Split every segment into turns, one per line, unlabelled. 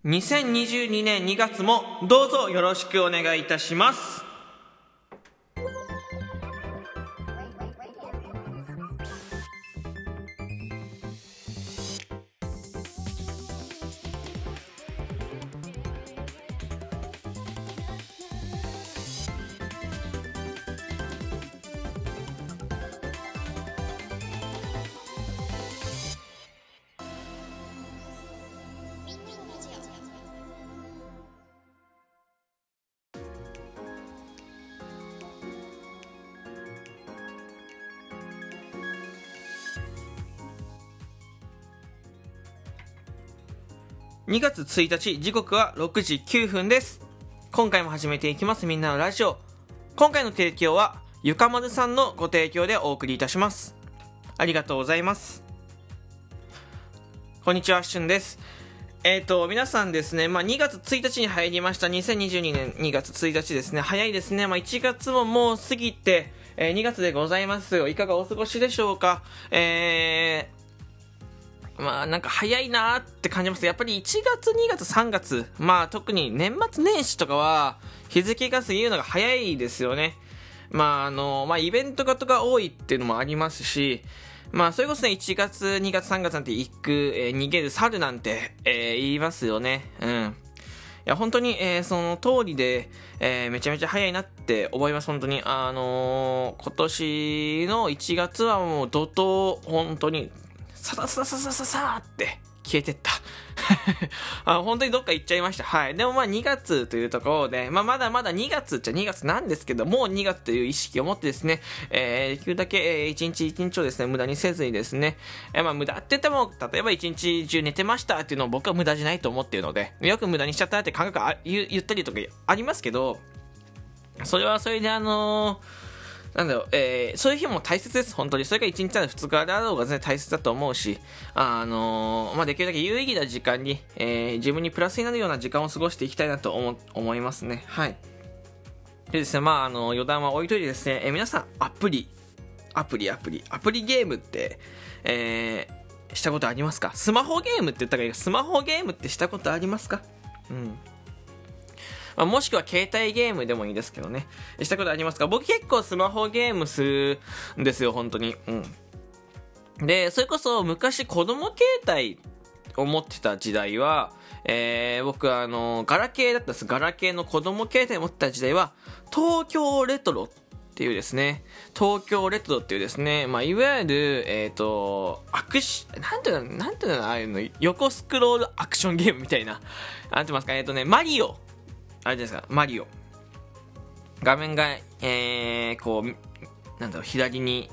2022年2月もどうぞよろしくお願いいたします。2月1日、時刻は6時9分です。今回も始めていきます、みんなのラジオ。今回の提供はゆかまるさんのご提供でお送りいたします。ありがとうございます。こんにちは、しゅんです。皆さんですね、2月1日に入りました。2022年2月1日ですね。早いですね。1月ももう過ぎて、2月でございますよ。いかがお過ごしでしょうか。なんか早いなーって感じます。やっぱり1月、2月、3月、特に年末年始とかは日付が過ぎるのが早いですよね。イベントとか多いっていうのもありますし、それこそね、1月、2月、3月なんて逃げる猿なんて、言いますよね。いや、本当に、その通りで、めちゃめちゃ早いなって思います、本当に。今年の1月はもう怒涛、本当に、さーって消えてった本当にどっか行っちゃいました。はい。でも2月というところで、まだまだ2月っちゃ2月なんですけども、2月という意識を持ってですね、できるだけ、一日一日をですね、無駄にせずにですね、無駄って言っても、例えば一日中寝てましたっていうのを僕は無駄じゃないと思っているので、よく無駄にしちゃったって感覚言ったりとかありますけど、それはそれでそういう日も大切です、本当に。それが1日や2日であろうが全然大切だと思うし、できるだけ有意義な時間に、自分にプラスになるような時間を過ごしていきたいなと思いますね。はい。でですね、余談は置いといてですね、皆さん、アプリゲームって、したことありますか？スマホゲームって言ったらいいか、スマホゲームってしたことありますか？もしくは携帯ゲームでもいいですけどね。したことありますか？僕結構スマホゲームするんですよ、本当に。で、それこそ昔子供携帯を持ってた時代は、僕はガラケーだったんです。ガラケーの子供携帯を持ってた時代は、東京レトロっていうですね、いわゆる、なんていうの、ああいうの、横スクロールアクションゲームみたいな。なんて言いますか、マリオ。あれですか、マリオ。画面が、右に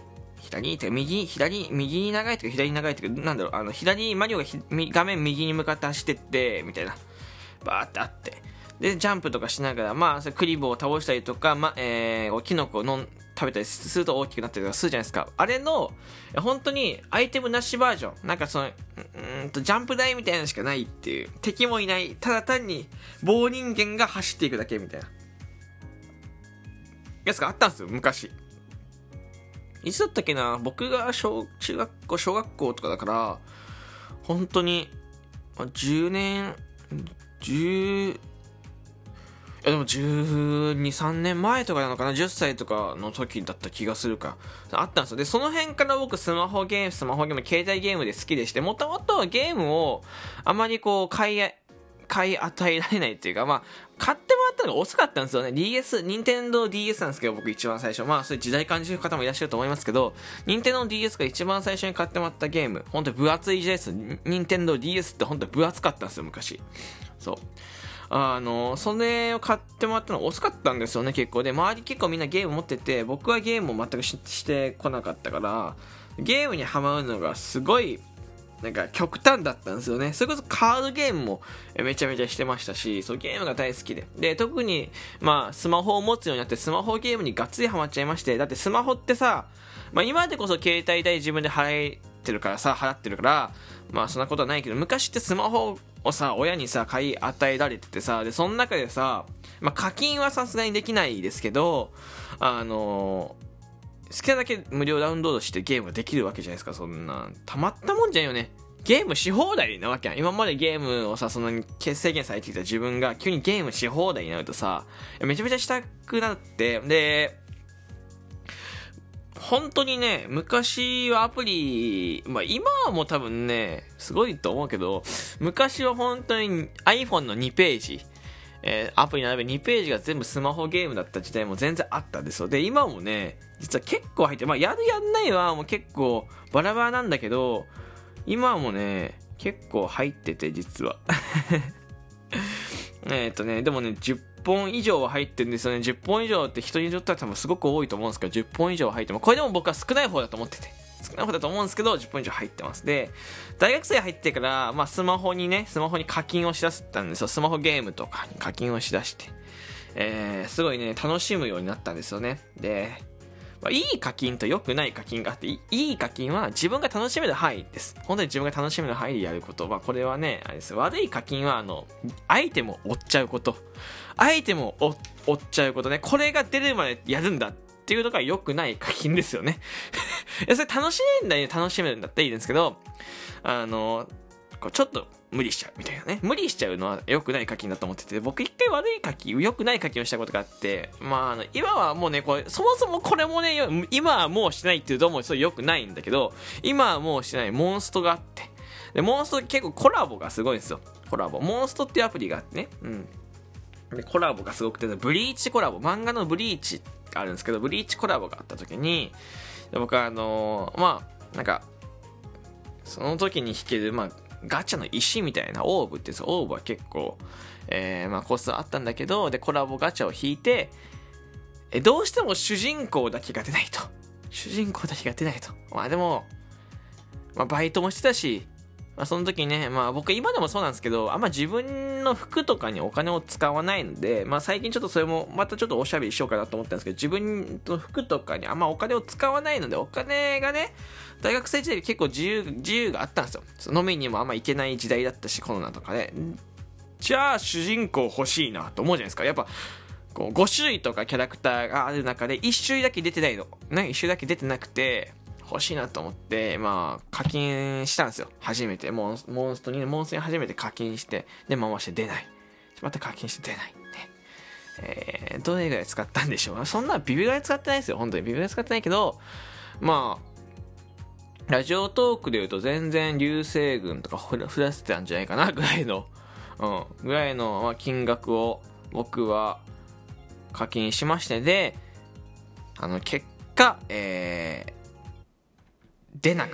長いとか、左に長いとか、マリオが画面右に向かって走ってって、みたいな。バーってあって。で、ジャンプとかしながら、クリボーを倒したりとか、キノコを食べたりすると大きくなったりとかするじゃないですか。あれの、本当にアイテムなしバージョン。ジャンプ台みたいなのしかないっていう。敵もいない。ただ単に棒人間が走っていくだけみたいな。やつがあったんですよ、昔。いつだったっけな、僕が小学校とかだから、本当に、でも12、3年前とかなのかな、10歳とかの時だった気がするか。あったんですよ。で、その辺から僕スマホゲーム、携帯ゲームで好きでして、もともとゲームをあまり買い与えられないっていうか、買ってもらったのが遅かったんですよね。任天堂 DS なんですけど、僕一番最初。そういう時代感じる方もいらっしゃると思いますけど、任天堂 DS が一番最初に買ってもらったゲーム、本当に分厚い時代です。任天堂 DS って本当に分厚かったんですよ、昔。そう。それを買ってもらったのが遅かったんですよね、結構。で、周り結構みんなゲーム持ってて、僕はゲームを全くしてこなかったから、ゲームにハマるのがすごい、極端だったんですよね。それこそカードゲームもめちゃめちゃしてましたし、そうゲームが大好きで。で、特に、スマホを持つようになって、スマホゲームにがっつりハマっちゃいまして、だってスマホってさ、今でこそ携帯代自分で払ってるから、そんなことはないけど、昔ってスマホをさ、親にさ、買い与えられててさ、で、その中でさ、課金はさすがにできないですけど、好きなだけ無料ダウンロードしてゲームができるわけじゃないですか。そんなたまったもんじゃんよね。 ゲームし放題なわけやん。今までゲームをさ、その制限されてきた自分が急にゲームし放題になるとさ、めちゃめちゃしたくなって、で、本当にね、昔はアプリ、まあ今はもう多分ね、すごいと思うけど、昔は本当に iPhone の2ページ、アプリ並べ2ページが全部スマホゲームだった時代も全然あったんですよ。で、今もね、実は結構入って、まあやるやんないはもう結構バラバラなんだけど、今もね、結構入ってて実は。でもね、10本以上は入ってるんですよね。10本以上って人によっては多分すごく多いと思うんですけど、10本以上入っても、これでも僕は少ない方だと思ってて。少ない方だと思うんですけど、10本以上入ってます。で、大学生入ってから、まあスマホに課金をしだしたんですよ。スマホゲームとかに課金をしだして。すごいね、楽しむようになったんですよね。で、まあ、いい課金と良くない課金があって、いい課金は自分が楽しめる範囲です。本当に自分が楽しめる範囲でやること。まあ、これはね、あれです。悪い課金は、アイテムを追っちゃうこと。アイテムを追っちゃうことね。これが出るまでやるんだっていうのが良くない課金ですよね。いや、それ楽しめるんだったらいいんですけど、ちょっと無理しちゃうみたいなね。無理しちゃうのは良くない課金だと思ってて、僕一回悪い課金、良くない課金をしたことがあって、まあ、今はもうね、そもそもこれもね、今はもうしてないっていうともうそれ良くないんだけど、今はもうしてないモンストがあって、で、モンスト結構コラボがすごいんですよ。コラボ。モンストっていうアプリがあってね、で、コラボがすごくて、ブリーチコラボ、漫画のブリーチがあるんですけど、ブリーチコラボがあった時に、僕はまあ、なんか、その時に弾ける、まあ、ガチャの石みたいなオーブってさ、オーブは結構、まあコストあったんだけど、で、コラボガチャを引いて、どうしても主人公だけが出ないと。主人公だけが出ないと。まあでも、まあバイトもしてたし、まあその時ね、まあ僕今でもそうなんですけど、あんま自分の服とかにお金を使わないので、まあ最近ちょっとそれもまたちょっとおしゃべりしようかなと思ったんですけど、自分の服とかにあんまお金を使わないので、お金がね、大学生時代結構自由があったんですよ。飲みにもあんま行けない時代だったし、コロナとかで。じゃあ主人公欲しいなと思うじゃないですか。やっぱ、5種類とかキャラクターがある中で1種類だけ出てないの。ね、1種類だけ出てなくて、欲しいなと思って、まあ、課金したんですよ。初めて。モンストに初めて課金して、で、回して出ない。また課金して出ない。ね。どれぐらい使ったんでしょう。そんなビビぐらい使ってないですよ。本当にビビぐらい使ってないけど、まあ、ラジオトークで言うと全然流星群とか降らせてたんじゃないかなぐらいの、まあ、金額を僕は課金しまして、で、結果、出なか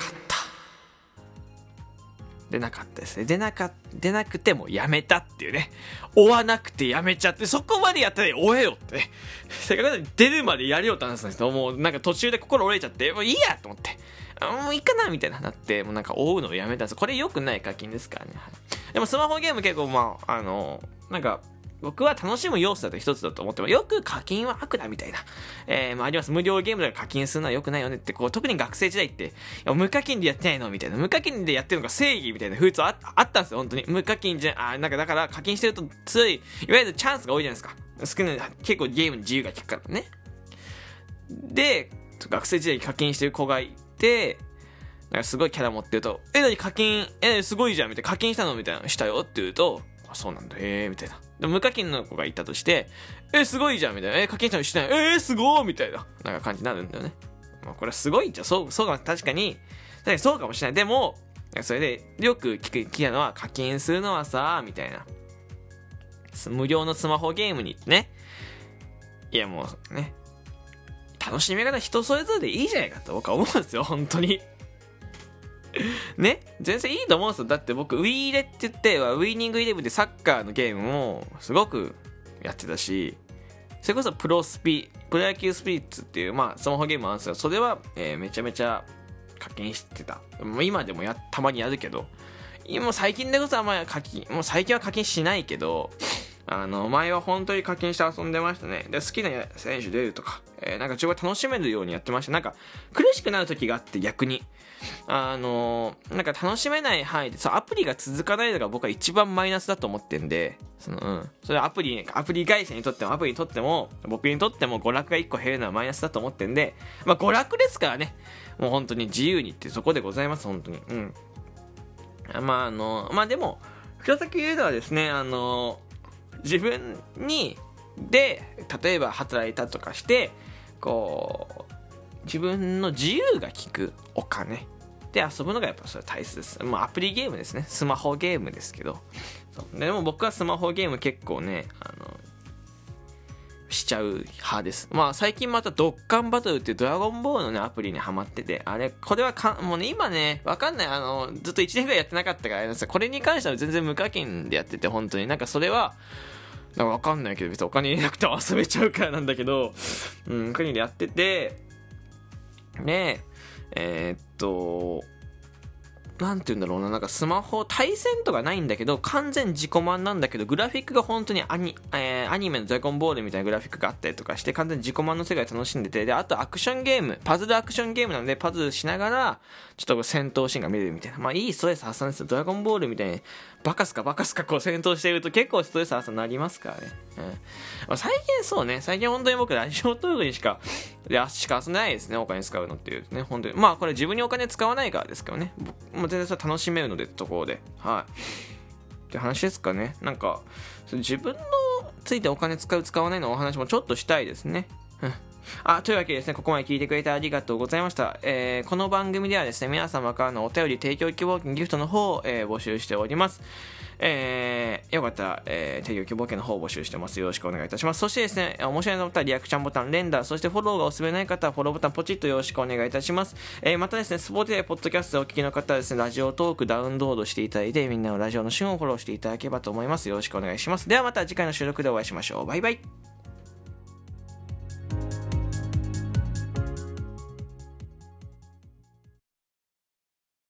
ったですね。出なくてもやめたっていうね。追わなくてやめちゃって、そこまでやったら追えよってね。せっかくなんで出るまでやるよって話なんですけど、もうなんか途中で心折れちゃって、もういいやと思って。もういいかなみたいなって、もうなんか追うのをやめたんです。これ良くない課金ですからね。はい、でもスマホゲーム結構まあ、なんか、僕は楽しむ要素だと一つだと思っても、よく課金は悪だみたいな。まああります。無料ゲームで課金するのは良くないよねって、特に学生時代って、無課金でやってないのみたいな。無課金でやってるのが正義みたいな風潮あったんですよ、本当に。無課金じゃ、なんかだから課金してると強い、いわゆるチャンスが多いじゃないですか。少ない、結構ゲームに自由が利くからね。で、学生時代に課金してる子がいて、なんかすごいキャラ持ってると、何課金、すごいじゃんみたいな。課金したのみたいな。したよって言うと、そうなんだ、みたいな。で無課金の子がいたとして、すごいじゃんみたいな。課金したのしてない。すごいみたいな。なんか感じになるんだよね。まあこれはすごいじゃん。そうか、確かにそうかもしれない。でも、それでよく聞きたのは、課金するのはさ、みたいな。無料のスマホゲームにね。いやもうね、楽しみ方人それぞれでいいじゃないかと僕は思うんですよ、本当に。ね、全然いいと思うんですよ。だって僕ウィーレって言ってウイニングイレブンでサッカーのゲームもすごくやってたし、それこそプロ野球スピリッツっていうまあスマホゲームあるんですよ。それは、めちゃめちゃ課金してた。今でもたまにやるけど、今最近でこそもう最近は課金しないけど、前は本当に課金して遊んでましたね。で好きな選手出るとか、なんか自分が楽しめるようにやってました。なんか苦しくなる時があって、逆になんか楽しめない範囲でアプリが続かないのが僕は一番マイナスだと思ってんで、それアプリ会社にとってもアプリにとっても僕にとっても娯楽が1個減るのはマイナスだと思ってんで、まあ娯楽ですからね、もう本当に自由にってそこでございます。本当にでも一つだけ言うのはですね、自分で例えば働いたとかしてこう自分の自由が利くお金で遊ぶのがやっぱそれ大切です。アプリゲームですね、スマホゲームですけど、でも僕はスマホゲーム結構ねしちゃう派です。最近またドッカンバトルっていうドラゴンボールのねアプリにハマってて、これはもうね今ねわかんない、ずっと1年ぐらいやってなかったからあれなんですよ。これに関しては全然無課金でやってて、本当になんかそれはなんかわかんないけど別にお金入れなくても遊べちゃうからなんだけど、無課金でやっててねなんて言うんだろうな、なんかスマホ対戦とかないんだけど完全自己満なんだけど、グラフィックが本当にアニメのドラゴンボールみたいなグラフィックがあったりとかして完全に自己満の世界楽しんでて、であとアクションゲーム、パズルアクションゲームなのでパズルしながらちょっと戦闘シーンが見れるみたいな、いいストレス発散ですよ。ドラゴンボールみたいにバカスカこう戦闘していると結構ストレス発散になりますからね。最近本当に僕ラジオトークにしか遊んでないですね、お金使うのっていうね、本当にこれ自分にお金使わないからですけどね、もう全然それ楽しめるのでってところでって話ですかね。なんか自分のついてお金使う使わないのお話もちょっとしたいですね。というわけでですね、ここまで聞いてくれてありがとうございました。この番組ではですね、皆様からのお便り、提供希望券、ギフトの方を、募集しております。よかったら、提供希望券の方を募集してます。よろしくお願いいたします。そしてですね、面白いと思ったらリアクションボタン、連打、そしてフォローがおすすめない方はフォローボタンポチッとよろしくお願いいたします。またですね、Spotify、ポッドキャストでお聞きの方はですね、ラジオトークダウンロードしていただいて、みんなのラジオの旬をフォローしていただければと思います。よろしくお願いします。ではまた次回の収録でお会いしましょう。バイバイ。